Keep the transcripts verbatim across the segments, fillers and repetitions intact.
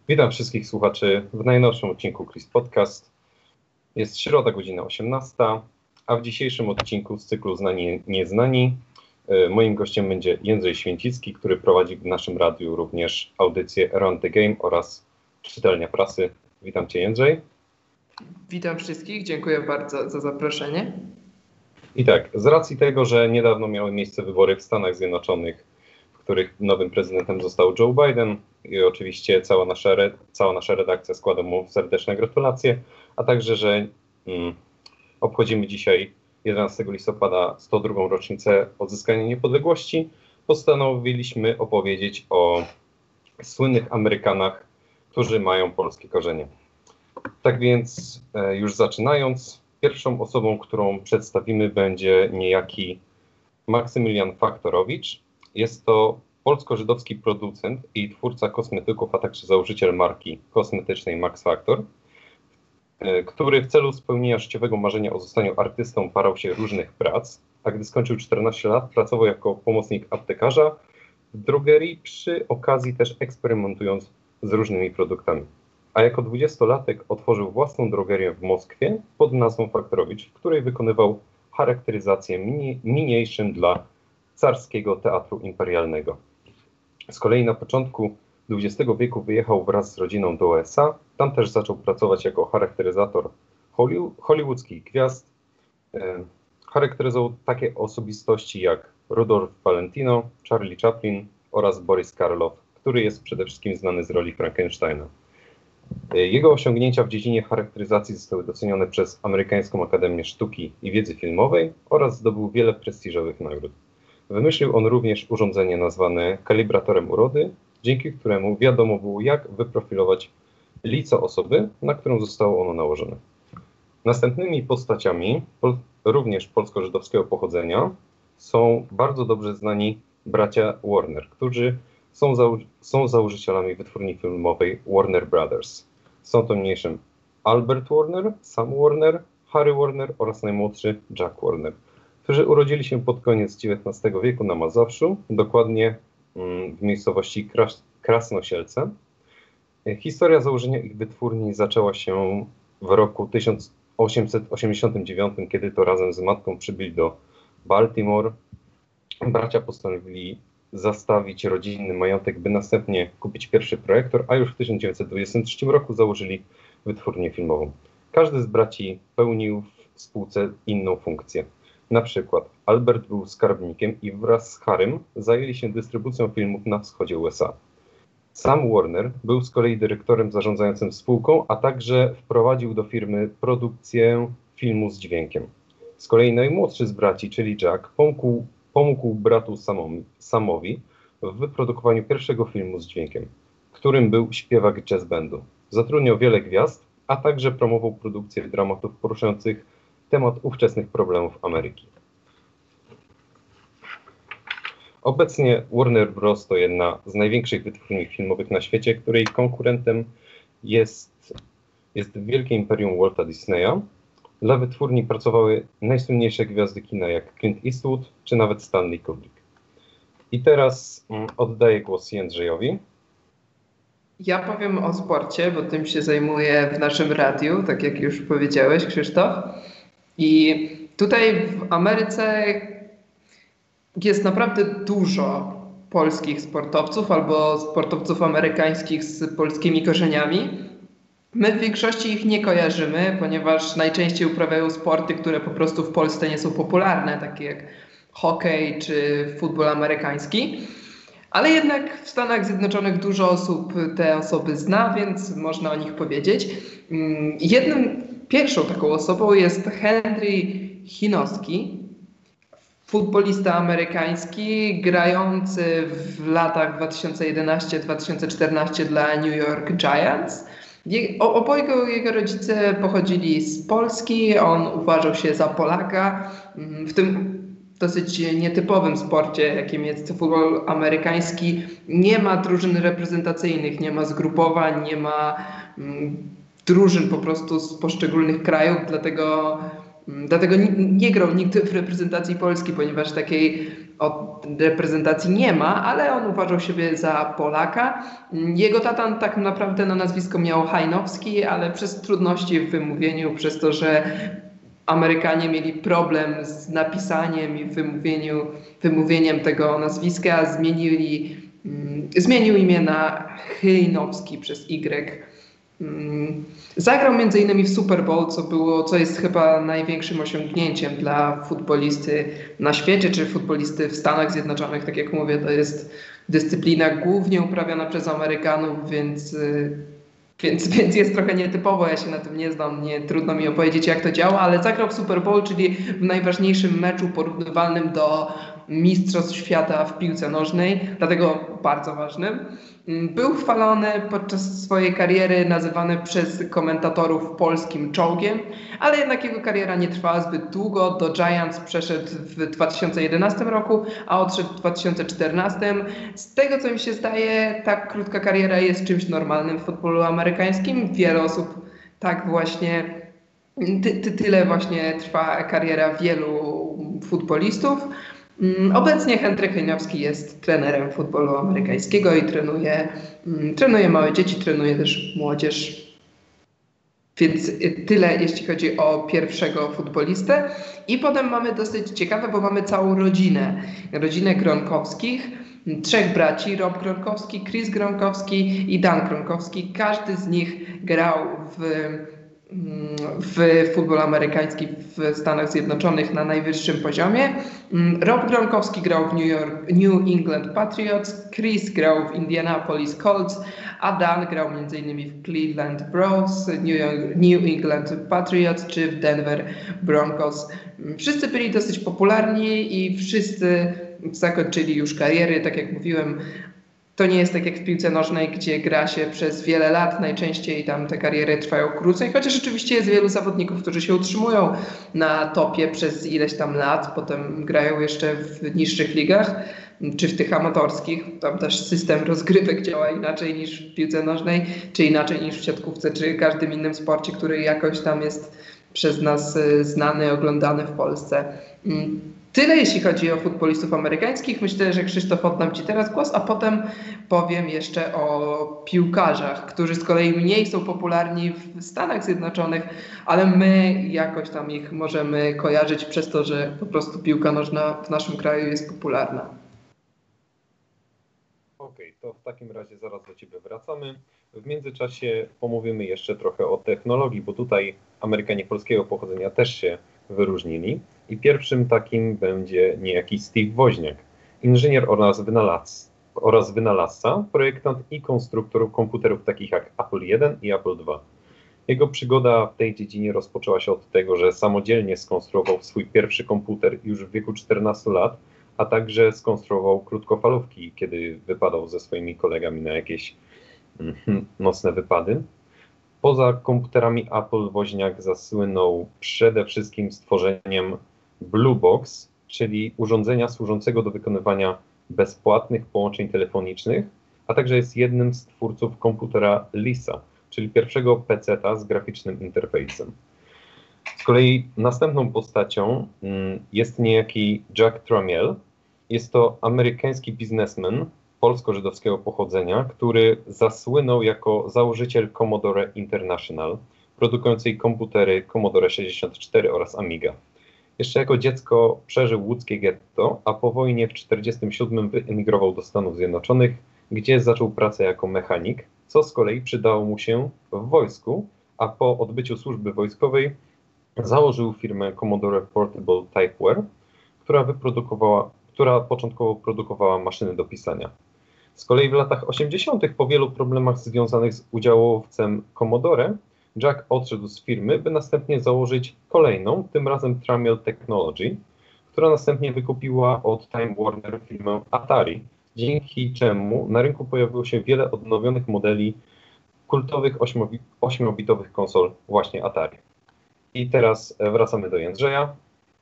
Witam wszystkich słuchaczy w najnowszym odcinku Chris Podcast. Jest środa, godzina osiemnasta, a w dzisiejszym odcinku z cyklu Znani Nieznani moim gościem będzie Jędrzej Święcicki, który prowadzi w naszym radiu również audycję Around the Game oraz Czytelnia Prasy. Witam Cię, Jędrzej. Witam wszystkich, dziękuję bardzo za zaproszenie. I tak, z racji tego, że niedawno miały miejsce wybory w Stanach Zjednoczonych, w których nowym prezydentem został Joe Biden i oczywiście cała nasza, re, cała nasza redakcja składa mu serdeczne gratulacje, a także, że mm, obchodzimy dzisiaj jedenastego listopada sto drugą rocznicę odzyskania niepodległości, postanowiliśmy opowiedzieć o słynnych Amerykanach, którzy mają polskie korzenie. Tak więc e, już zaczynając, pierwszą osobą, którą przedstawimy, będzie niejaki Maksymilian Faktorowicz. Jest to polsko-żydowski producent i twórca kosmetyków, a także założyciel marki kosmetycznej Max Factor, który w celu spełnienia życiowego marzenia o zostaniu artystą parał się różnych prac, a gdy skończył czternaście lat, pracował jako pomocnik aptekarza w drogerii, przy okazji też eksperymentując z różnymi produktami. A jako dwudziestolatek otworzył własną drogerię w Moskwie pod nazwą Faktorowicz, w której wykonywał charakteryzację mini, mniejszym dla carskiego teatru imperialnego. Z kolei na początku dwudziestego wieku wyjechał wraz z rodziną do U S A. Tam też zaczął pracować jako charakteryzator hollywoodzkich gwiazd. E, charakteryzował takie osobistości jak Rudolph Valentino, Charlie Chaplin oraz Boris Karloff, który jest przede wszystkim znany z roli Frankensteina. Jego osiągnięcia w dziedzinie charakteryzacji zostały docenione przez Amerykańską Akademię Sztuki i Wiedzy Filmowej oraz zdobył wiele prestiżowych nagród. Wymyślił on również urządzenie nazwane kalibratorem urody, dzięki któremu wiadomo było, jak wyprofilować lico osoby, na którą zostało ono nałożone. Następnymi postaciami, pol, również polsko-żydowskiego pochodzenia, są bardzo dobrze znani bracia Warner, którzy są, zało- są założycielami wytwórni filmowej Warner Brothers. Są to mniejszym Albert Warner, Sam Warner, Harry Warner oraz najmłodszy Jack Warner, którzy urodzili się pod koniec dziewiętnastego wieku na Mazowszu, dokładnie w miejscowości Kras- Krasnosielce. Historia założenia ich wytwórni zaczęła się w roku tysiąc osiemset osiemdziesiątym dziewiątym, kiedy to razem z matką przybyli do Baltimore. Bracia postanowili zastawić rodzinny majątek, by następnie kupić pierwszy projektor, a już w tysiąc dziewięćset dwudziestym trzecim roku założyli wytwórnię filmową. Każdy z braci pełnił w spółce inną funkcję. Na przykład Albert był skarbnikiem i wraz z Harrym zajęli się dystrybucją filmów na wschodzie U S A. Sam Warner był z kolei dyrektorem zarządzającym spółką, a także wprowadził do firmy produkcję filmu z dźwiękiem. Z kolei najmłodszy z braci, czyli Jack, pomógł, pomógł bratu Samowi, Samowi w wyprodukowaniu pierwszego filmu z dźwiękiem, którym był śpiewak jazz bandu. Zatrudniał wiele gwiazd, a także promował produkcję dramatów poruszających temat ówczesnych problemów Ameryki. Obecnie Warner Bros. To jedna z największych wytwórni filmowych na świecie, której konkurentem jest, jest wielkie imperium Walta Disneya. Dla wytwórni pracowały najsłynniejsze gwiazdy kina jak Clint Eastwood czy nawet Stanley Kubrick. I teraz mm, oddaję głos Jędrzejowi. Ja powiem o sporcie, bo tym się zajmuję w naszym radiu, tak jak już powiedziałeś, Krzysztof. I tutaj w Ameryce jest naprawdę dużo polskich sportowców albo sportowców amerykańskich z polskimi korzeniami. My w większości ich nie kojarzymy, ponieważ najczęściej uprawiają sporty, które po prostu w Polsce nie są popularne, takie jak hokej czy futbol amerykański. Ale jednak w Stanach Zjednoczonych dużo osób te osoby zna, więc można o nich powiedzieć. Jednym, pierwszą taką osobą jest Henry Chinowski, futbolista amerykański grający w latach dwa tysiące jedenastym do dwa tysiące czternastego dla New York Giants. Je, obojga jego rodzice pochodzili z Polski, on uważał się za Polaka. W tym dosyć nietypowym sporcie, jakim jest futbol amerykański, nie ma drużyn reprezentacyjnych, nie ma zgrupowań, nie ma mm, drużyn po prostu z poszczególnych krajów, dlatego, mm, dlatego nie, nie grał nigdy w reprezentacji Polski, ponieważ takiej od reprezentacji nie ma, ale on uważał siebie za Polaka. Jego tata tak naprawdę na nazwisko miał Hajnowski, ale przez trudności w wymówieniu, przez to, że Amerykanie mieli problem z napisaniem i wymówieniu, wymówieniem tego nazwiska, zmienili, mm, zmienił imię na Hejnowski przez Y. Mm, zagrał między innymi w Super Bowl, co było, co jest chyba największym osiągnięciem dla futbolisty na świecie, czy futbolisty w Stanach Zjednoczonych. Tak jak mówię, to jest dyscyplina głównie uprawiana przez Amerykanów, więc Więc, więc jest trochę nietypowo, ja się na tym nie znam, nie, trudno mi opowiedzieć, jak to działa, ale zagrał w Super Bowl, czyli w najważniejszym meczu porównywalnym do Mistrzostw Świata w piłce nożnej, dlatego bardzo ważnym. Był chwalony podczas swojej kariery, nazywany przez komentatorów polskim czołgiem, ale jednak jego kariera nie trwała zbyt długo. Do Giants przeszedł w dwa tysiące jedenastym roku, a odszedł w dwa tysiące czternastym. Z tego, co mi się zdaje, tak krótka kariera jest czymś normalnym w futbolu amerykańskim. Wiele osób tak właśnie, ty, ty, tyle właśnie trwa kariera wielu futbolistów. Obecnie Henryk Hejnowski jest trenerem futbolu amerykańskiego i trenuje, trenuje małe dzieci, trenuje też młodzież. Więc tyle, jeśli chodzi o pierwszego futbolistę. I potem mamy dosyć ciekawe, bo mamy całą rodzinę. Rodzinę Gronkowskich, trzech braci, Rob Gronkowski, Chris Gronkowski i Dan Gronkowski. Każdy z nich grał w w futbol amerykański w Stanach Zjednoczonych na najwyższym poziomie. Rob Gronkowski grał w New York, New England Patriots, Chris grał w Indianapolis Colts, a Dan grał m.in. w Cleveland Browns, New, York, New England Patriots czy w Denver Broncos. Wszyscy byli dosyć popularni i wszyscy zakończyli już kariery, tak jak mówiłem. To nie jest tak jak w piłce nożnej, gdzie gra się przez wiele lat, najczęściej tam te kariery trwają krócej, chociaż rzeczywiście jest wielu zawodników, którzy się utrzymują na topie przez ileś tam lat, potem grają jeszcze w niższych ligach, czy w tych amatorskich. Tam też system rozgrywek działa inaczej niż w piłce nożnej, czy inaczej niż w siatkówce, czy każdym innym sporcie, który jakoś tam jest przez nas znany, oglądany w Polsce. Tyle jeśli chodzi o futbolistów amerykańskich. Myślę, że Krzysztof, oddam Ci teraz głos, a potem powiem jeszcze o piłkarzach, którzy z kolei mniej są popularni w Stanach Zjednoczonych, ale my jakoś tam ich możemy kojarzyć przez to, że po prostu piłka nożna w naszym kraju jest popularna. Okej, to w takim razie zaraz do Ciebie wracamy. W międzyczasie pomówimy jeszcze trochę o technologii, bo tutaj Amerykanie polskiego pochodzenia też się wyróżnili. I pierwszym takim będzie niejaki Steve Woźniak, inżynier oraz, wynalaz, oraz wynalazca, projektant i konstruktor komputerów takich jak Apple jeden i Apple dwa. Jego przygoda w tej dziedzinie rozpoczęła się od tego, że samodzielnie skonstruował swój pierwszy komputer już w wieku czternastu lat, a także skonstruował krótkofalówki, kiedy wypadał ze swoimi kolegami na jakieś mm, nocne wypady. Poza komputerami Apple Woźniak zasłynął przede wszystkim stworzeniem Blue Box, czyli urządzenia służącego do wykonywania bezpłatnych połączeń telefonicznych, a także jest jednym z twórców komputera Lisa, czyli pierwszego peceta z graficznym interfejsem. Z kolei następną postacią jest niejaki Jack Tramiel. Jest to amerykański biznesmen polsko-żydowskiego pochodzenia, który zasłynął jako założyciel Commodore International, produkującej komputery Commodore sześćdziesiąt cztery oraz Amiga. Jeszcze jako dziecko przeżył łódzkie getto, a po wojnie w tysiąc dziewięćset czterdziestym siódmym wyemigrował do Stanów Zjednoczonych, gdzie zaczął pracę jako mechanik, co z kolei przydało mu się w wojsku, a po odbyciu służby wojskowej założył firmę Commodore Portable Typeware, która wyprodukowała, która początkowo produkowała maszyny do pisania. Z kolei w latach osiemdziesiątych po wielu problemach związanych z udziałowcem Commodore, Jack odszedł z firmy, by następnie założyć kolejną, tym razem Tramiel Technology, która następnie wykupiła od Time Warner firmę Atari, dzięki czemu na rynku pojawiło się wiele odnowionych modeli kultowych ośmiobitowych konsol właśnie Atari. I teraz wracamy do Jędrzeja.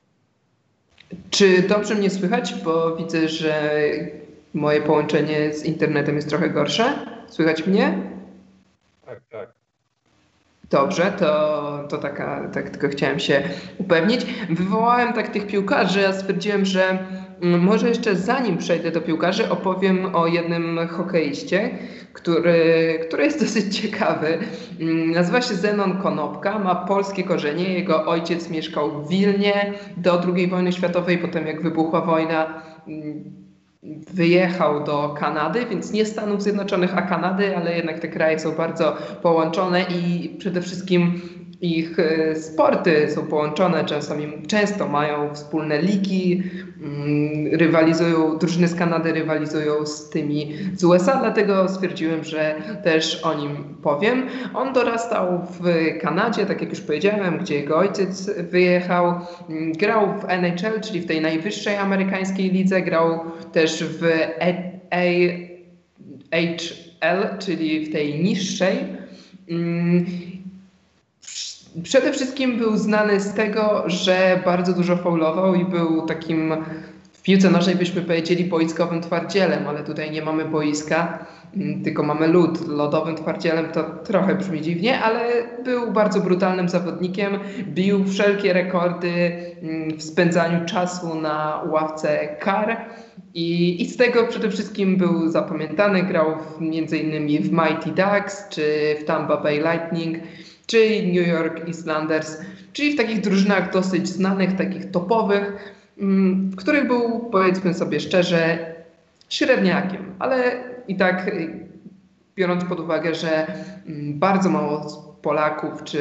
Czy dobrze mnie słychać? Bo widzę, że moje połączenie z internetem jest trochę gorsze. Słychać mnie? Tak, tak. Dobrze, to, to taka, tak tylko chciałem się upewnić. Wywołałem tak tych piłkarzy, a stwierdziłem, że może jeszcze zanim przejdę do piłkarzy, opowiem o jednym hokeiście, który, który jest dosyć ciekawy. Nazywa się Zenon Konopka, ma polskie korzenie. Jego ojciec mieszkał w Wilnie do drugiej wojny światowej, potem jak wybuchła wojna, wyjechał do Kanady, więc nie Stanów Zjednoczonych, a Kanady, ale jednak te kraje są bardzo połączone i przede wszystkim ich sporty są połączone, często, często mają wspólne ligi, rywalizują, drużyny z Kanady rywalizują z tymi z U S A, dlatego stwierdziłem, że też o nim powiem. On dorastał w Kanadzie, tak jak już powiedziałem, gdzie jego ojciec wyjechał. Grał w N H L, czyli w tej najwyższej amerykańskiej lidze, grał też w A H L, czyli w tej niższej. Przede wszystkim był znany z tego, że bardzo dużo faulował i był takim, w piłce nożnej byśmy powiedzieli, boiskowym twardzielem, ale tutaj nie mamy boiska, tylko mamy lód. Lodowym twardzielem to trochę brzmi dziwnie, ale był bardzo brutalnym zawodnikiem, bił wszelkie rekordy w spędzaniu czasu na ławce kar i, i z tego przede wszystkim był zapamiętany. Grał w, między innymi w Mighty Ducks czy w Tampa Bay Lightning, czy New York Islanders, czyli w takich drużynach dosyć znanych, takich topowych, w których był, powiedzmy sobie szczerze, średniakiem. Ale i tak, biorąc pod uwagę, że bardzo mało Polaków czy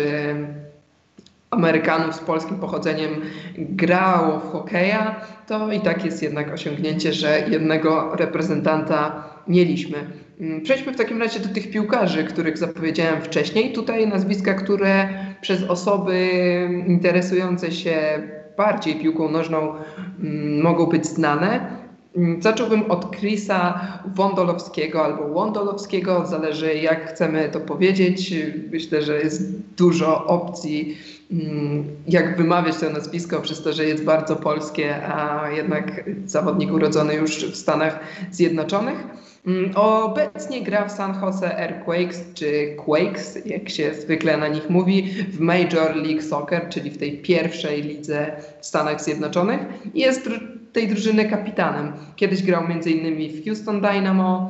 Amerykanów z polskim pochodzeniem grało w hokeja, to i tak jest jednak osiągnięcie, że jednego reprezentanta mieliśmy. Przejdźmy w takim razie do tych piłkarzy, których zapowiedziałem wcześniej. Tutaj nazwiska, które przez osoby interesujące się bardziej piłką nożną m, mogą być znane. Zacząłbym od Chrisa Wondolowskiego albo Wondolowskiego, zależy jak chcemy to powiedzieć. Myślę, że jest dużo opcji, jak wymawiać to nazwisko, przez to, że jest bardzo polskie, a jednak zawodnik urodzony już w Stanach Zjednoczonych. Obecnie gra w San Jose Earthquakes, czy Quakes, jak się zwykle na nich mówi, w Major League Soccer, czyli w tej pierwszej lidze w Stanach Zjednoczonych. Jest tej drużyny kapitanem. Kiedyś grał m.in. w Houston Dynamo,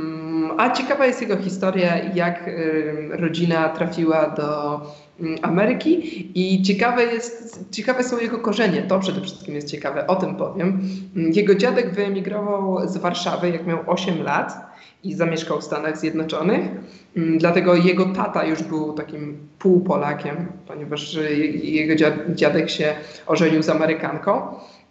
a ciekawa jest jego historia, jak rodzina trafiła do Ameryki i ciekawe, jest, ciekawe są jego korzenie. To przede wszystkim jest ciekawe, o tym powiem. Jego dziadek wyemigrował z Warszawy, jak miał osiem lat i zamieszkał w Stanach Zjednoczonych. Dlatego jego tata już był takim półpolakiem, ponieważ jego dziadek się ożenił z Amerykanką.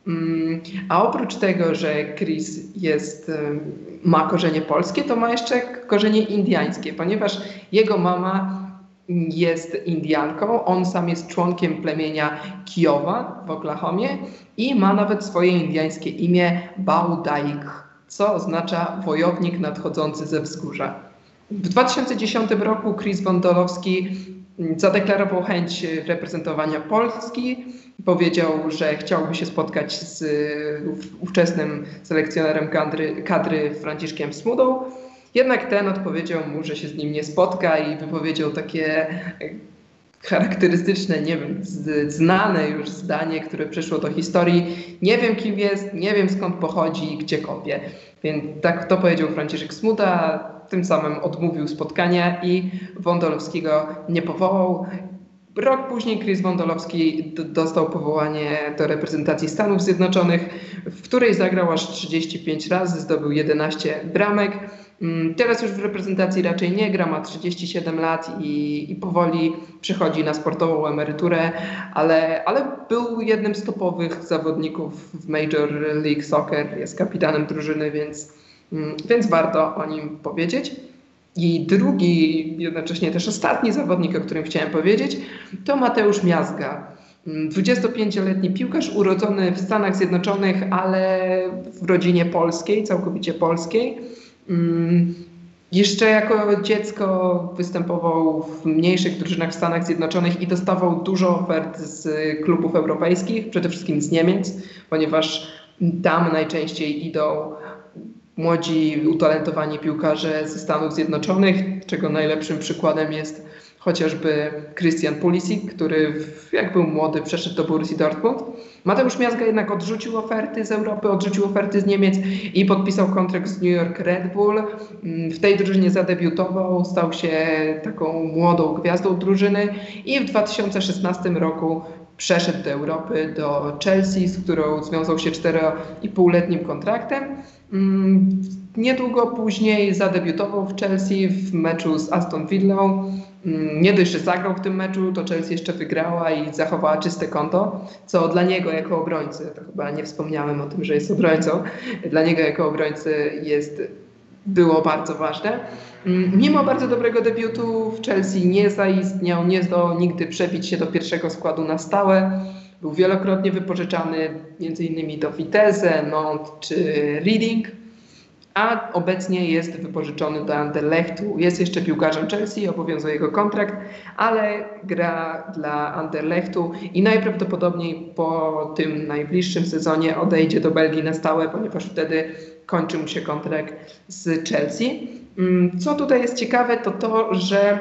A oprócz tego, że Chris jest, ma korzenie polskie, to ma jeszcze korzenie indiańskie, ponieważ jego mama jest Indianką, on sam jest członkiem plemienia Kiowa w Oklahomie i ma nawet swoje indiańskie imię Baudaik, co oznacza wojownik nadchodzący ze wzgórza. W dwa tysiące dziesiątym roku Chris Wondolowski zadeklarował chęć reprezentowania Polski. Powiedział, że chciałby się spotkać z ówczesnym selekcjonerem kadry, kadry Franciszkiem Smudą. Jednak ten odpowiedział mu, że się z nim nie spotka i wypowiedział takie charakterystyczne, nie wiem, znane już zdanie, które przeszło do historii. Nie wiem, kim jest, nie wiem, skąd pochodzi i gdzie kopie. Więc tak to powiedział Franciszek Smuda, tym samym odmówił spotkania i Wondolowskiego nie powołał. Rok później Chris Wondolowski d- dostał powołanie do reprezentacji Stanów Zjednoczonych, w której zagrał aż trzydzieści pięć razy, zdobył jedenaście bramek. Teraz już w reprezentacji raczej nie gra, ma trzydzieści siedem lat i, i powoli przechodzi na sportową emeryturę, ale, ale był jednym z topowych zawodników w Major League Soccer, jest kapitanem drużyny, więc, więc warto o nim powiedzieć. I drugi, jednocześnie też ostatni zawodnik, o którym chciałem powiedzieć, to Mateusz Miazga. dwudziestopięcioletni piłkarz urodzony w Stanach Zjednoczonych, ale w rodzinie polskiej, całkowicie polskiej. Jeszcze jako dziecko występował w mniejszych drużynach w Stanach Zjednoczonych i dostawał dużo ofert z klubów europejskich, przede wszystkim z Niemiec, ponieważ tam najczęściej idą młodzi, utalentowani piłkarze ze Stanów Zjednoczonych, czego najlepszym przykładem jest chociażby Christian Pulisic, który jak był młody przeszedł do Borussii Dortmund. Mateusz Miazga jednak odrzucił oferty z Europy, odrzucił oferty z Niemiec i podpisał kontrakt z New York Red Bull. W tej drużynie zadebiutował, stał się taką młodą gwiazdą drużyny i w dwa tysiące szesnastym roku przeszedł do Europy, do Chelsea, z którą związał się czteroletnim kontraktem. Niedługo później zadebiutował w Chelsea w meczu z Aston Villą. Nie dość, że zagrał w tym meczu, to Chelsea jeszcze wygrała i zachowała czyste konto, co dla niego jako obrońcy, to chyba nie wspomniałem o tym, że jest obrońcą, dla niego jako obrońcy jest, było bardzo ważne. Mimo bardzo dobrego debiutu w Chelsea nie zaistniał, nie zdołał nigdy przebić się do pierwszego składu na stałe. Był wielokrotnie wypożyczany między innymi do Vitesse, Nantes czy Reading, a obecnie jest wypożyczony do Anderlechtu. Jest jeszcze piłkarzem Chelsea, obowiązuje jego kontrakt, ale gra dla Anderlechtu i najprawdopodobniej po tym najbliższym sezonie odejdzie do Belgii na stałe, ponieważ wtedy kończy mu się kontrakt z Chelsea. Co tutaj jest ciekawe, to to, że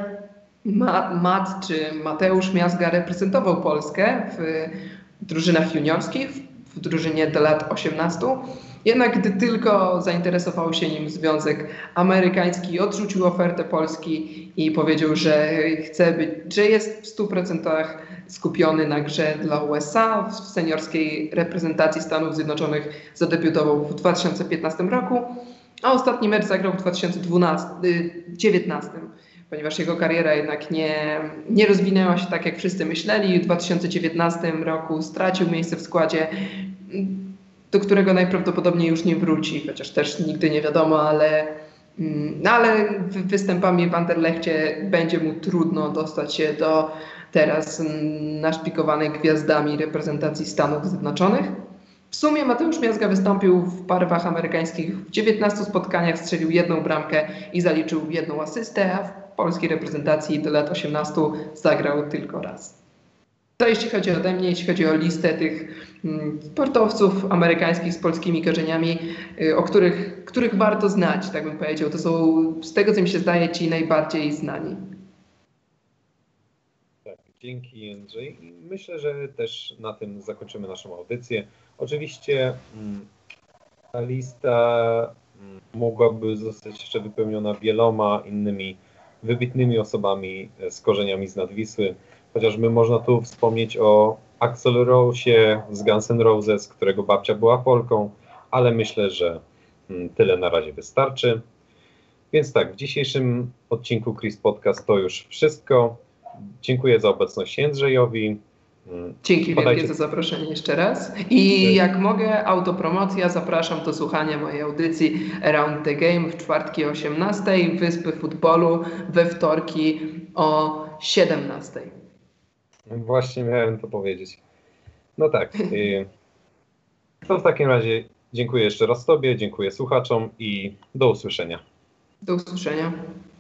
Mat czy Mateusz Miazga reprezentował Polskę w drużynach juniorskich, w drużynie do lat osiemnastu. Jednak gdy tylko zainteresował się nim Związek Amerykański, odrzucił ofertę Polski i powiedział, że chce być, że jest w stu procentach skupiony na grze dla U S A. W seniorskiej reprezentacji Stanów Zjednoczonych zadebiutował w dwa tysiące piętnastym roku, a ostatni mecz zagrał w dwa tysiące dziewiętnastym, ponieważ jego kariera jednak nie, nie rozwinęła się tak, jak wszyscy myśleli. W dwa tysiące dziewiętnastym roku stracił miejsce w składzie, do którego najprawdopodobniej już nie wróci, chociaż też nigdy nie wiadomo, ale, no ale występami w Anderlechcie będzie mu trudno dostać się do teraz naszpikowanej gwiazdami reprezentacji Stanów Zjednoczonych. W sumie Mateusz Miazga wystąpił w barwach amerykańskich w dziewiętnastu spotkaniach, strzelił jedną bramkę i zaliczył jedną asystę, a w polskiej reprezentacji do lat osiemnastu zagrał tylko raz. To jeśli chodzi ode mnie, jeśli chodzi o listę tych sportowców amerykańskich z polskimi korzeniami, o których, których warto znać, tak bym powiedział. To są, z tego co mi się zdaje, ci najbardziej znani. Tak, dzięki Jędrzej. Myślę, że też na tym zakończymy naszą audycję. Oczywiście ta lista mogłaby zostać jeszcze wypełniona wieloma innymi wybitnymi osobami z korzeniami z Nadwisły. Chociażby można tu wspomnieć o Axl Rose'ie z Guns N' Roses, którego babcia była Polką, ale myślę, że tyle na razie wystarczy. Więc tak, w dzisiejszym odcinku Chris Podcast to już wszystko. Dziękuję za obecność Jędrzejowi. Dzięki Podajcie... wielkie za zaproszenie jeszcze raz. I jak mogę, autopromocja, zapraszam do słuchania mojej audycji Around the Game w czwartki o osiemnastej, Wyspy Futbolu we wtorki o siedemnastej. Właśnie miałem to powiedzieć. No tak. To w takim razie dziękuję jeszcze raz Tobie, dziękuję słuchaczom i do usłyszenia. Do usłyszenia.